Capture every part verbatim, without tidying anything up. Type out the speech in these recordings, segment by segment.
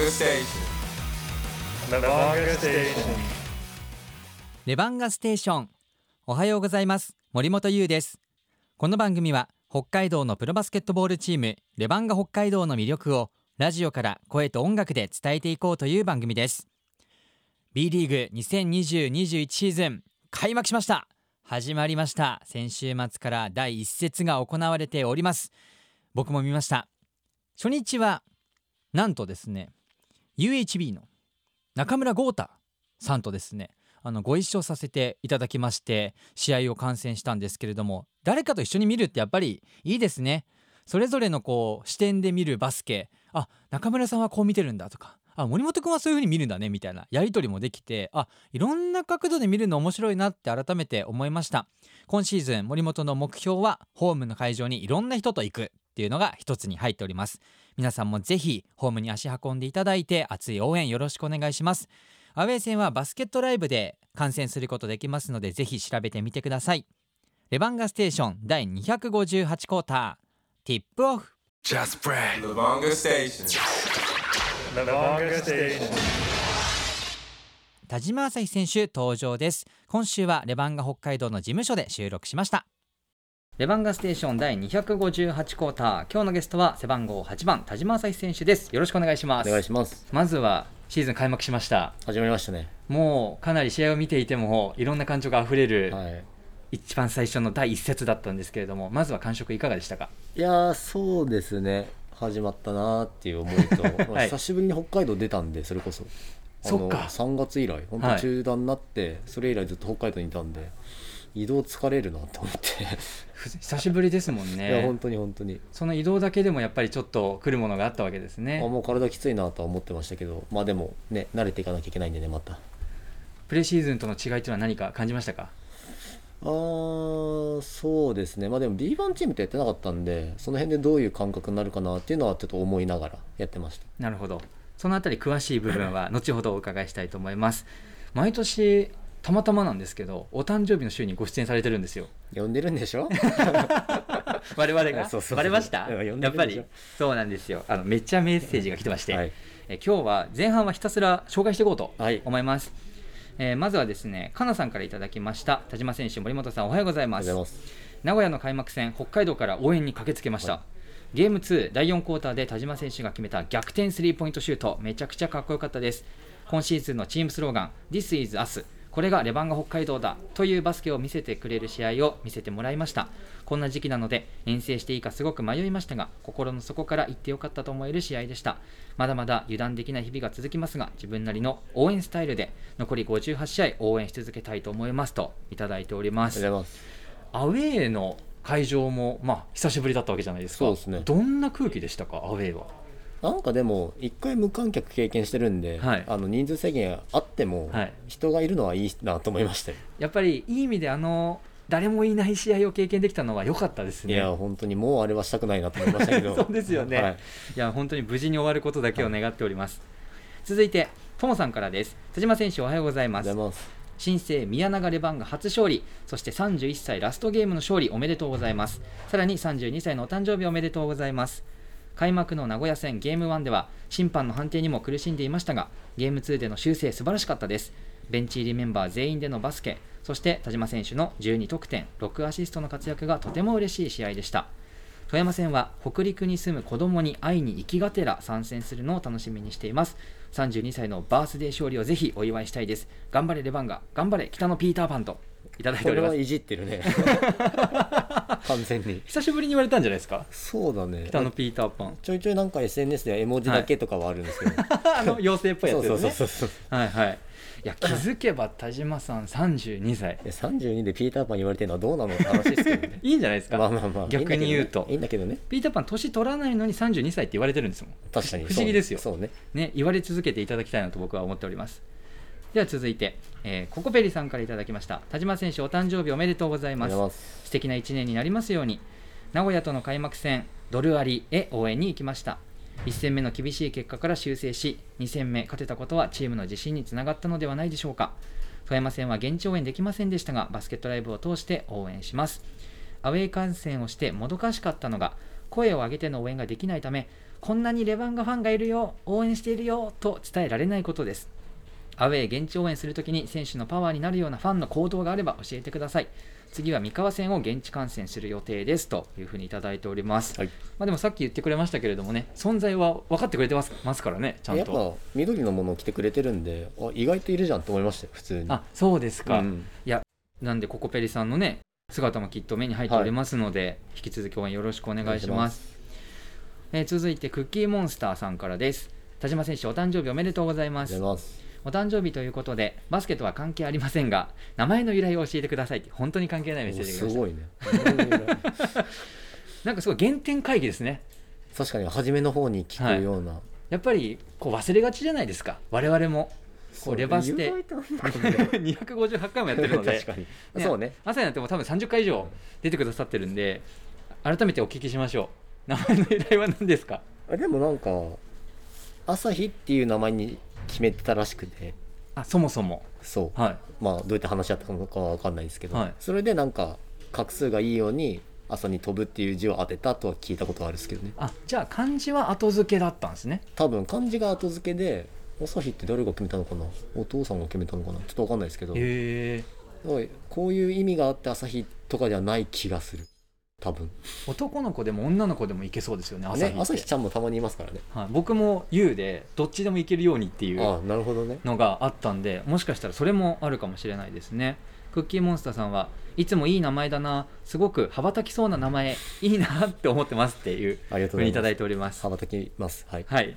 レバンガステーション。おはようございます。森本優です。この番組は北海道のプロバスケットボールチームレバンガ北海道の魅力をラジオから声と音楽で伝えていこうという番組です。 B リーグ にせんにじゅうにじゅういち シーズン開幕しました。始まりました。先週末からだいいち節が行われております。僕も見ました。初日はなんとですね ユーエイチビー の中村豪太さんとですねあのご一緒させていただきまして試合を観戦したんですけれども、誰かと一緒に見るってやっぱりいいですね。それぞれのこう視点で見るバスケ、あ、中村さんはこう見てるんだとか、あ、森本くんはそういう風に見るんだねみたいなやり取りもできて、あ、いろんな角度で見るの面白いなって改めて思いました。今シーズン森本の目標はホームの会場にいろんな人と行くっていうのが一つに入っております。皆さんもぜひホームに足運んでいただいて熱い応援よろしくお願いします。アウェー戦はバスケットライブで観戦することできますので、ぜひ調べてみてください。レバンガステーションだいにひゃくごじゅうはちクォーターティップオフ。 Just pray. レバンガステーション。レバンガステーション。 田島朝日選手登場です。今週はレバンガ北海道の事務所で収録しました。レバンガステーションだいにひゃくごじゅうはちクォーター、今日のゲストは背番号はちばん田島朝日選手です。よろしくお願いします。 お願いします。 まずはシーズン開幕しました。 始まりましたね。 もうかなり試合を見ていてもいろんな感情があふれる、 はい、 一番最初のだいいち節だったんですけれども、まずは感触いかがでしたか？ いやそうですね、始まったなっていう思いと、はい、久しぶりに北海道出たんで、それこそそっかさんがつ以来本当中断になって、はい、それ以来ずっと北海道にいたんで移動疲れるなと思って久しぶりですもんね。 いや本当に本当にその移動だけでもやっぱりちょっと来るものがあったわけですね。 あ、もう体きついなとは思ってましたけど、まあでもね慣れていかなきゃいけないんでね。またプレシーズンとの違いというのは何か感じましたか？ あーそうですね、まあでも ビーワン チームってやってなかったんで、その辺でどういう感覚になるかなっていうのはちょっと思いながらやってました。 なるほど。そのあたり詳しい部分は後ほどお伺いしたいと思います。毎年たまたまなんですけどお誕生日の週にご出演されてるんですよ。 呼んでるんでしょ我々がそうそうそう、 バレました。やっぱりそうなんですよ。あのめっちゃメッセージが来てまして、はい、え今日は前半はひたすら紹介していこうと思います、はい。えー、まずはですね、かなさんからいただきました。田島選手、森本さんおはようございます。名古屋の開幕戦、北海道から応援に駆けつけました、はい。ゲームツーだいよんクォーターで田島選手が決めた逆転スリーポイントシュート、めちゃくちゃかっこよかったです。今シーズンのチームスローガン This is us、 これがレバンガ北海道だというバスケを見せてくれる試合を見せてもらいました。こんな時期なので遠征していいかすごく迷いましたが、心の底から言ってよかったと思える試合でした。まだまだ油断できない日々が続きますが、自分なりの応援スタイルで残りごじゅうはち試合応援し続けたいと思いますといただいております。 ありがとうございます。 アウェーの会場も、まあ、久しぶりだったわけじゃないですか。 そうですね。 どんな空気でしたか、アウェーは。 なんかでも一回無観客経験してるんで、はい、あの人数制限あっても人がいるのはいいなと思いましたよ。 やっぱりいい意味であの誰もいない試合を経験できたのは良かったですね。 いや本当にもうあれはしたくないなと思いましたけどそうですよね、はい、いや本当に無事に終わることだけを願っております、はい。続いてともさんからです。田島選手おはようございます。 おはようございます。 新生宮永レバンガ初勝利、そしてさんじゅういっさいラストゲームの勝利おめでとうございます。さらにさんじゅうにさいのお誕生日おめでとうございます。開幕の名古屋戦ゲームワンでは審判の判定にも苦しんでいましたが、ゲームツーでの修正素晴らしかったです。ベンチ入りメンバー全員でのバスケ、そして田島選手のじゅうにとくてんろくアシストの活躍がとても嬉しい試合でした。富山戦は北陸に住む子供に会いに行きがてら参戦するのを楽しみにしています。さんじゅうにさいのバースデー勝利をぜひお祝いしたいです。頑張れレバンガ、頑張れ北のピーターパンといただいております。 これはいじってるね完全に久しぶりに言われたんじゃないですか。 そうだね、 北のピーターパン。 ちょいちょいなんか エスエヌエス では絵文字だけとかはあるんですけど、はい、 あの妖精っぽいやつですね。 そうそうそうそう、 はいはい。いや気づけば田島さんさんじゅうにさい、 さんじゅうにでピーターパン言われてるのはどうなのって話ですけどねいいんじゃないですか。 まあまあまあ逆に言うといいんだけどね、 ピーターパン年取らないのにさんじゅうにさいって言われてるんですもん。 確かに不思議ですよ。 そうね、 ね、言われ続けていただきたいなと僕は思っております。では続いて、えー、ココペリさんからいただきました。田島選手お誕生日おめでとうございます。 ます素敵ないちねんになりますように。名古屋との開幕戦ドルアリへ応援に行きました。いっ戦目の厳しい結果から修正し、に戦目勝てたことはチームの自信につながったのではないでしょうか。富山戦は現地応援できませんでしたが、バスケットライブを通して応援します。アウェー観戦をしてもどかしかったのが声を上げての応援ができないため、こんなにレバンガファンがいるよ、応援しているよと伝えられないことです。アウェー現地応援するときに選手のパワーになるようなファンの行動があれば教えてください。次は三河戦を現地観戦する予定ですというふうにいただいております、はい。まあ、でもさっき言ってくれましたけれどもね、存在は分かってくれてますますからね、ちゃんと。 やっぱ緑のものを着てくれてるんで、あ意外といるじゃんと思いましたよ普通に。 あ、そうですか、 うん、 いやなんでココペリさんのね姿もきっと目に入っておりますので、はい、引き続き応援よろしくお願いします。えー、続いてクッキーモンスターさんからです。田島選手お誕生日おめでとうございます。お誕生日ということでバスケとは関係ありませんが名前の由来を教えてくださいって、本当に関係ないメッセージが来ました。すごいねなんかすごい原点回帰ですね。 確かに初めの方に聞くような、はい、 やっぱりこう忘れがちじゃないですか、我々も。こうレバステにひゃくごじゅうはちかいもやってるので確かに、ね、そうね、 朝になっても多分さんじゅっかい以上出てくださってるんで、改めてお聞きしましょう。名前の由来は何ですか？ でもなんか朝日っていう名前に決めてたらしくて、 あそもそもそう、 はい、 まあどうやって話し合ったのかは分かんないですけど、 はい、 それでなんか画数がいいように朝に飛ぶっていう字を当てたとは聞いたことがあるんですけどね。 あ、じゃあ漢字は後付けだったんですね。 多分漢字が後付けで、朝日って誰が決めたのかな、お父さんが決めたのかな、ちょっと分かんないですけど、 へーこういう意味があって朝日とかではない気がする。多分男の子でも女の子でもいけそうですよね、朝日、 ね、朝日ちゃんもたまにいますからね、 はい、僕も ユー でどっちでもいけるようにっていうのがあったんで、もしかしたらそれもあるかもしれないですね。クッキーモンスターさんはいつもいい名前だな、すごく羽ばたきそうな名前いいなって思ってますっていうふうにいただいております。 羽ばたきます、はい、 はい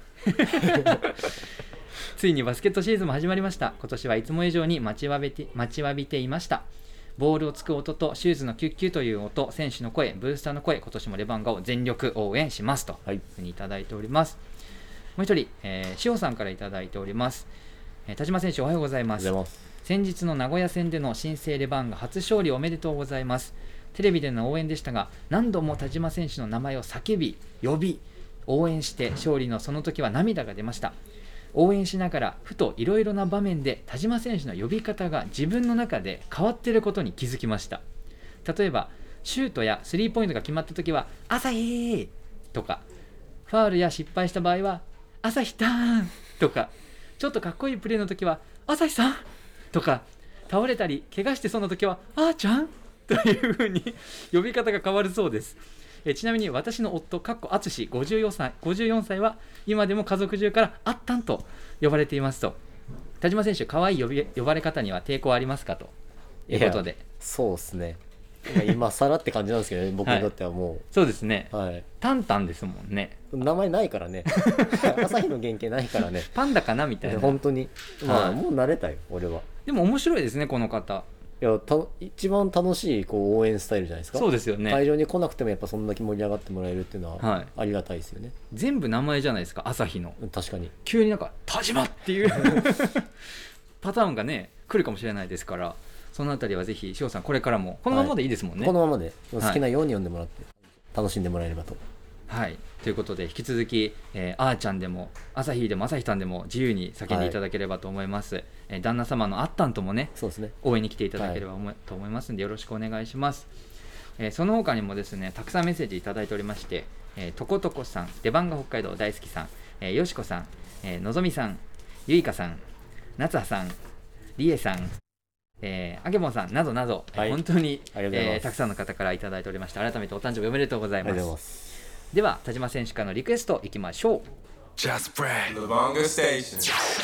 ついにバスケットシーズンも始まりました。今年はいつも以上に待ちわびて、待ちわびていました。ボールをつく音とシューズのキュッキュという音、選手の声、ブースターの声、今年もレバンガを全力応援しますというふうにいただいております。もう一人、えー、塩さんからいただいております。えー、田島選手おはようございます。先日の名古屋戦での新生レバンガ初勝利おめでとうございます。テレビでの応援でしたが、何度も田島選手の名前を叫び、呼び、応援して勝利のその時は涙が出ました。応援しながらふといろいろな場面で田島選手の呼び方が自分の中で変わっていることに気づきました。例えばシュートやスリーポイントが決まった時は朝日とか、ファウルや失敗した場合は朝日ターンとか、ちょっとかっこいいプレーの時は朝日さんとか、倒れたり怪我してそうな時はあーちゃんという風に呼び方が変わるそうです。えちなみに私の夫かっこ淳ごじゅうよんさい、ごじゅうよんさいは今でも家族中からあったんと呼ばれていますと。田島選手、可愛い呼び呼ばれ方には抵抗ありますかということで。 そうですね、今更って感じなんですけどね僕にとってはもう、はい、 そうですね、 はい、 タンタンですもんね。 名前ないからね朝日の原型ないからねパンダかなみたいな。 本当に、まあ、もう慣れたよ俺は。 でも面白いですねこの方。 いやた一番楽しいこう応援スタイルじゃないですか。 そうですよね。 会場に来なくてもやっぱそんだけ盛り上がってもらえるっていうのはありがたいですよね、はい、 全部名前じゃないですか朝日の。 確かに急になんか田島っていうパターンがね来るかもしれないですから、そのあたりはぜひ塩さんこれからもこのままでいいですもんね、はい、 このままで好きなように読んでもらって楽しんでもらえればと。 はい、ということで引き続き、えー、あーちゃんでも朝日でも朝日さんでも自由に叫んでいただければと思います、はい。えー、旦那様のあったんともね、 そうですね、 応援に来ていただければ、はい、と思いますのでよろしくお願いします。えー、その他にもですねたくさんメッセージいただいておりまして、えー、とことこさん、レバンガ北海道大好きさん、えー、よしこさん、えー、のぞみさん、ゆいかさん、なつはさん、りえさん、えー、あけぼんさんなどなど、はい、本当に、えー、たくさんの方からいただいておりまして、改めてお誕生日おめでとうございます。ありがとうございます。では田島選手からのリクエストいきましょう。 Just pray Levanga Station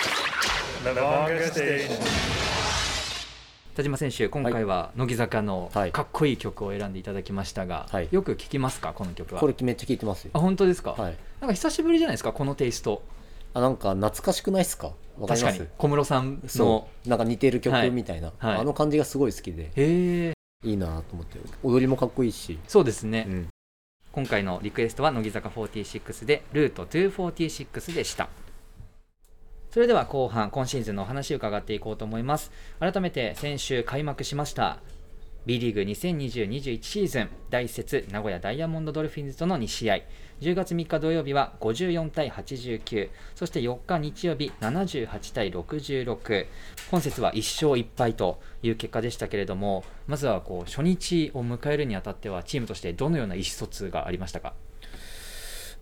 Levanga Station。 田島選手、今回は乃木坂のかっこいい曲を選んでいただきましたが、はい、よく聴きますかこの曲は。 これめっちゃ聴いてますよ。 あ、本当ですか、 はい、 なんか久しぶりじゃないですかこのテイスト。 あ、なんか懐かしくないですか。わかります。 確かに小室さんのなんか似てる曲みたいな、はいはい、あの感じがすごい好きで、 へいいなと思って、踊りもかっこいいし。 そうですね、 うん、 今回のリクエストは乃木坂フォーティーシックスでルートにひゃくよんじゅうろくでした。それでは後半今シーズンのお話を伺っていこうと思います。改めて先週開幕しました B リーグ にせんにじゅうにじゅういち シーズン第一節名古屋ダイヤモンドドルフィンズとのに試合、じゅうがつみっか土曜日はごじゅうよんたいはちじゅうきゅう、そしてよっか日曜日ななじゅうはちたいろくじゅうろく、本節はいっしょういっぱいという結果でしたけれども、まずはこう初日を迎えるにあたってはチームとしてどのような意思疎通がありましたか。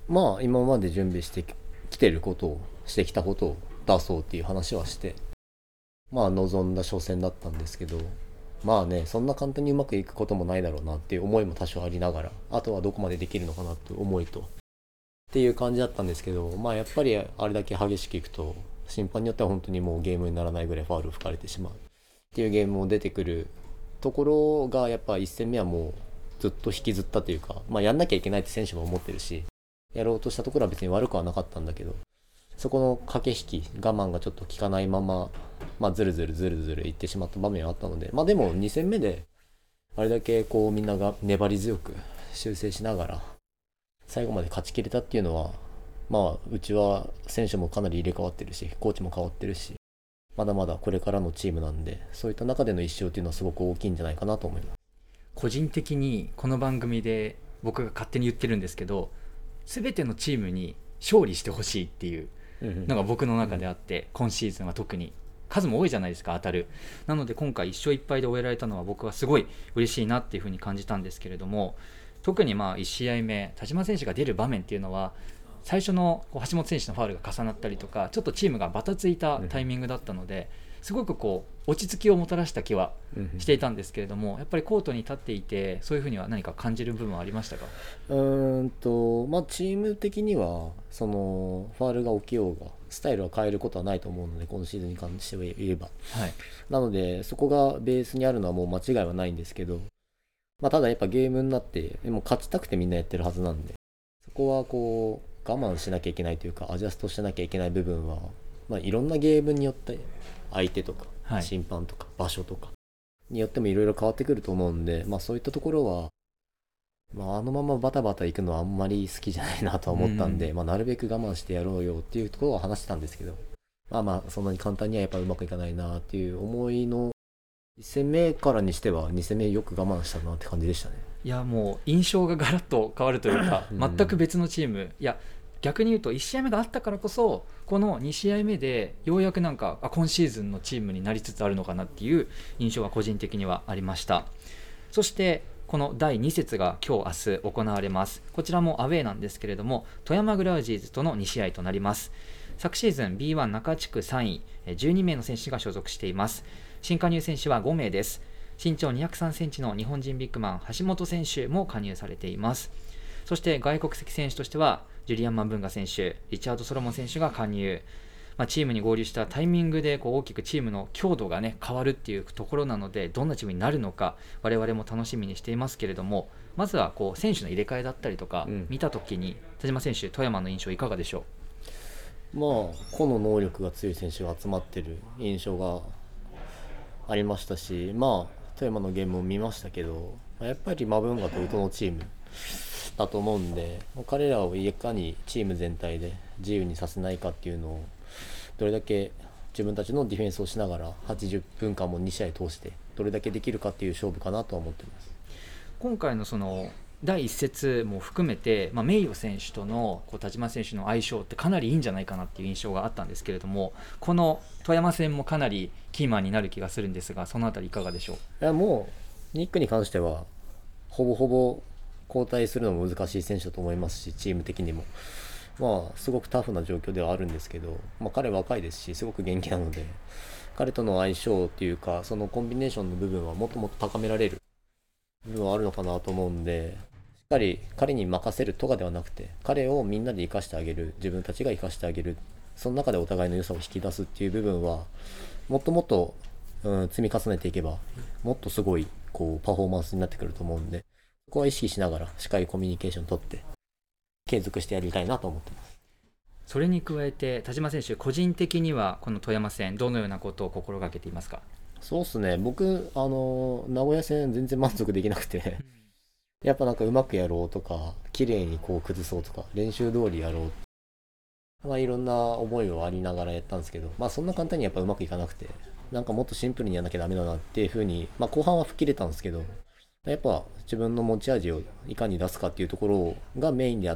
まあ今まで準備してきてることをしてきたことを出そうっていう話はして、まあ望んだ初戦だったんですけど、まあねそんな簡単にうまくいくこともないだろうなっていう思いも多少ありながら、あとはどこまでできるのかなっていう思いとっていう感じだったんですけど、まあやっぱりあれだけ激しくいくと審判によっては本当にもうゲームにならないぐらいファウルを吹かれてしまうっていうゲームも出てくるところが、やっぱいち戦目はもうずっと引きずったというか、まあやんなきゃいけないって選手も思ってるし、やろうとしたところは別に悪くはなかったんだけど、そこの駆け引き我慢がちょっと効かないまま、まあずるずるずるずるいってしまった場面はあったので、まあでもに戦目であれだけこうみんなが粘り強く修正しながら最後まで勝ち切れたっていうのは、まあうちは選手もかなり入れ替わってるし、コーチも変わってるし、まだまだこれからのチームなんで、そういった中での一勝っていうのはすごく大きいんじゃないかなと思います。 個人的にこの番組で僕が勝手に言ってるんですけど、全てのチームに勝利してほしいっていうのが僕の中であって、うん、今シーズンは特に数も多いじゃないですか、当たる。なので今回いっ勝いっ敗で終えられたのは僕はすごい嬉しいなっていうふうに感じたんですけれども、特にまあいち試合目田島選手が出る場面っていうのは最初の橋本選手のファウルが重なったりとか、ちょっとチームがバタついたタイミングだったので、すごくこう落ち着きをもたらした気はしていたんですけれども、やっぱりコートに立っていてそういうふうには何か感じる部分はありましたか？ うーんとまあチーム的にはそのファウルが起きようがスタイルは変えることはないと思うので、今シーズンに関して言えば、はい、なのでそこがベースにあるのはもう間違いはないんですけど、まあ、ただやっぱゲームになってもう勝ちたくてみんなやってるはずなんで、そこはこう我慢しなきゃいけないというかアジャストしなきゃいけない部分は、まあ、いろんなゲームによって相手とか審判とか場所とかによってもいろいろ変わってくると思うんで、まあ、そういったところは、まあ、あのままバタバタいくのはあんまり好きじゃないなとは思ったんで、うんまあ、なるべく我慢してやろうよっていうところは話してたんですけど、まあまあそんなに簡単にはやっぱうまくいかないなっていう思いのいち戦目からにしてはに戦目よく我慢したなって感じでしたね。 いやもう印象がガラッと変わるというか全く別のチーム、うん、いや逆に言うといち試合目があったからこそこのに試合目でようやくなんかあ今シーズンのチームになりつつあるのかなっていう印象が個人的にはありました。そしてこのだいに節が今日明日行われます。こちらもアウェーなんですけれども富山グラウジーズとのに試合となります。昨シーズン ビーワン 中地区さんいじゅうに名の選手が所属しています。新加入選手はご名です。身長にひゃくさんセンチの日本人ビッグマン橋本選手も加入されています。そして外国籍選手としてはジュリアン・マンブンガ選手、リチャード・ソロモン選手が加入、まあ、チームに合流したタイミングでこう大きくチームの強度が、ね、変わるっていうところなので、どんなチームになるのか我々も楽しみにしていますけれども、まずはこう選手の入れ替えだったりとか、うん、見たときに田島選手、富山の印象いかがでしょう？まあ個の能力が強い選手が集まってる印象がありましたし、まあ富山のゲームを見ましたけど、やっぱりマブンガとウトのチームだと思うんで、彼らをいかにチーム全体で自由にさせないかっていうのをどれだけ自分たちのディフェンスをしながらはちじゅっぷんかんもに試合通してどれだけできるかっていう勝負かなとは思ってます。 今回のそのだいいち節も含めて、まあ、名誉選手とのこう田島選手の相性ってかなりいいんじゃないかなっていう印象があったんですけれども、この富山戦もかなりキーマンになる気がするんですが、そのあたりいかがでしょう？ いやもうニックに関してはほぼほぼ交代するのも難しい選手だと思いますし、チーム的にもまあすごくタフな状況ではあるんですけど、まあ、彼若いですしすごく元気なので、彼との相性っていうかそのコンビネーションの部分はもっともっと高められる部分はあるのかなと思うんで、しっかり彼に任せるとかではなくて彼をみんなで生かしてあげる、自分たちが生かしてあげる、その中でお互いの良さを引き出すっていう部分はもっともっと、うん、積み重ねていけばもっとすごいこうパフォーマンスになってくると思うんで、そこは意識しながらしっかりコミュニケーション取って継続してやりたいなと思ってます。 それに加えて田島選手個人的にはこの富山戦どのようなことを心がけていますか？ そうですね、僕あの名古屋戦全然満足できなくてやっぱなんかうまくやろうとか綺麗にこう崩そうとか練習通りやろう、まあ、いろんな思いはありながらやったんですけど、まあそんな簡単にやっぱうまくいかなくて、なんかもっとシンプルにやらなきゃダメだなっていう風に、まあ後半は吹っ切れたんですけど、やっぱ自分の持ち味をいかに出すかっていうところがメインであって、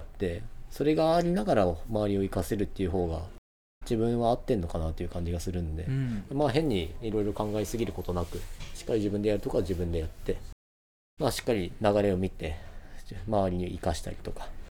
それがありながら周りを生かせるっていう方が自分は合ってんのかなっていう感じがするんで、うん、まあ変にいろいろ考えすぎることなくしっかり自分でやるとこは自分でやって、まあしっかり流れを見て周りに生かしたりとか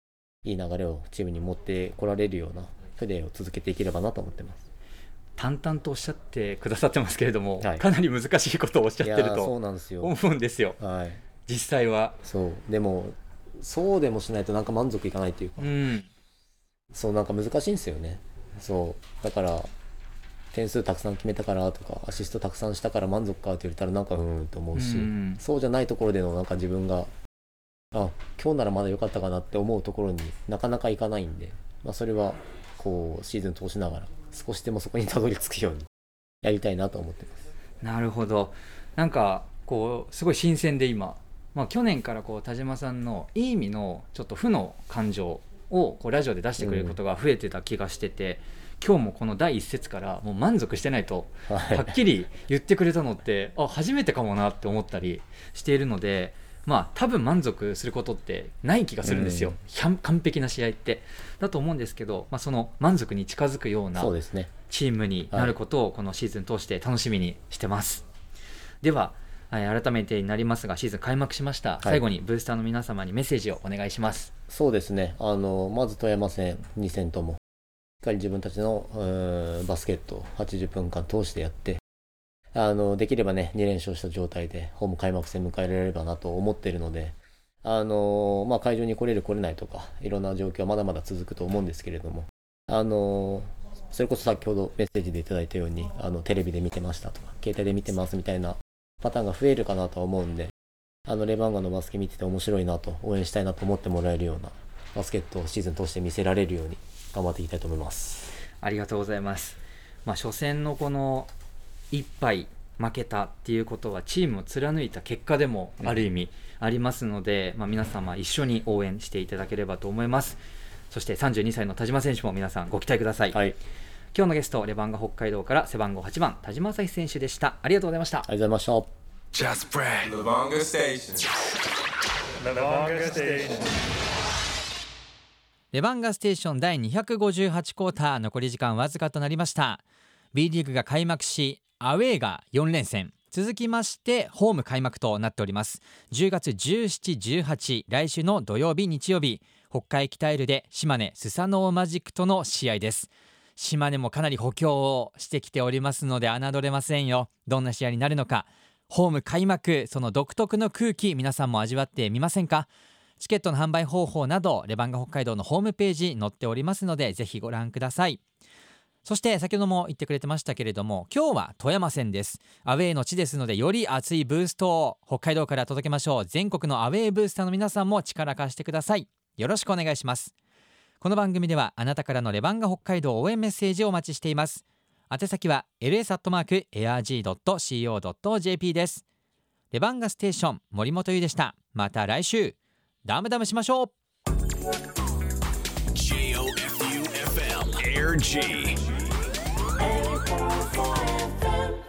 いい流れをチームに持ってこられるようなプレーを続けていければなと思ってます。 淡々とおっしゃってくださってますけれども、 はい、 かなり難しいことをおっしゃってるとそうなんですよ思うんですよ、はい、実際は。 そうでもそうでもしないとなんか満足いかないというか、うん、そうなんか難しいんですよね。そうだから点数たくさん決めたからとかアシストたくさんしたから満足かって言われたらなんかうーんと思うし、うん、そうじゃないところでのなんか自分があ今日ならまだ良かったかなって思うところになかなかいかないんで、まあ、それはこうシーズン通しながら少しでもそこにたどり着くようにやりたいなと思ってます。 なるほど。なんかこうすごい新鮮で今、まあ、去年からこう田島さんのいい意味のちょっと負の感情をこうラジオで出してくれることが増えてた気がしてて、うん、今日もこのだいいっ節からもう満足してないとはっきり言ってくれたのってあ初めてかもなって思ったりしているので、まあ多分満足することってない気がするんですよ、うん、完璧な試合ってだと思うんですけど、まあ、その満足に近づくようなチームになることをこのシーズン通して楽しみにしてます、はい、では改めてになりますがシーズン開幕しました、はい、最後にブースターの皆様にメッセージをお願いします。 そうですね、あのまず富山戦に戦ともしっかり自分たちのバスケットをはちじゅっぷんかん通してやってあのできればねに連勝した状態でホーム開幕戦迎えられればなと思っているので、あのまあ、会場に来れる来れないとかいろんな状況はまだまだ続くと思うんですけれども、あのそれこそ先ほどメッセージでいただいたようにあのテレビで見てましたとか携帯で見てますみたいなパターンが増えるかなとは思うんで、あのレバンガのバスケ見てて面白いなと応援したいなと思ってもらえるようなバスケットをシーズン通して見せられるように頑張っていきたいと思います。 ありがとうございます、まあ、初戦のこのいっぱい負けたっていうことはチームを貫いた結果でもある意味ありますので、うんまあ、皆様一緒に応援していただければと思います。そしてさんじゅうにさいの田島選手も皆さんご期待ください、はい、今日のゲストレバンガ北海道から背番号はちばん田島朝日選手でした。ありがとうございました。 ありがとうございました。 Just pray Levanga Station Levanga Station レバンガステーション第にひゃくごじゅうはちクォーター残り時間わずかとなりました。 B リーグが開幕しアウェーがよん連戦続きましてホーム開幕となっております。じゅうがつじゅうしち、じゅうはち来週の土曜日日曜日北海北エルで島根スサノーマジックとの試合です。島根もかなり補強をしてきておりますので侮れませんよ。どんな試合になるのかホーム開幕その独特の空気皆さんも味わってみませんか。チケットの販売方法などレバンガ北海道のホームページに載っておりますのでぜひご覧ください。そして先ほども言ってくれてましたけれども今日は富山戦です。アウェーの地ですのでより熱いブーストを北海道から届けましょう。全国のアウェーブースターの皆さんも力貸してください。よろしくお願いします。この番組ではあなたからのレバンガ北海道応援メッセージをお待ちしています。宛先は エルエス アットマーク エアージー ドット シーオー ドット ジェーピー です。レバンガステーション森本優でした。また来週ダムダムしましょう。 ジェイオーエフユーエフエム エーアールジー エイトフォーエフエム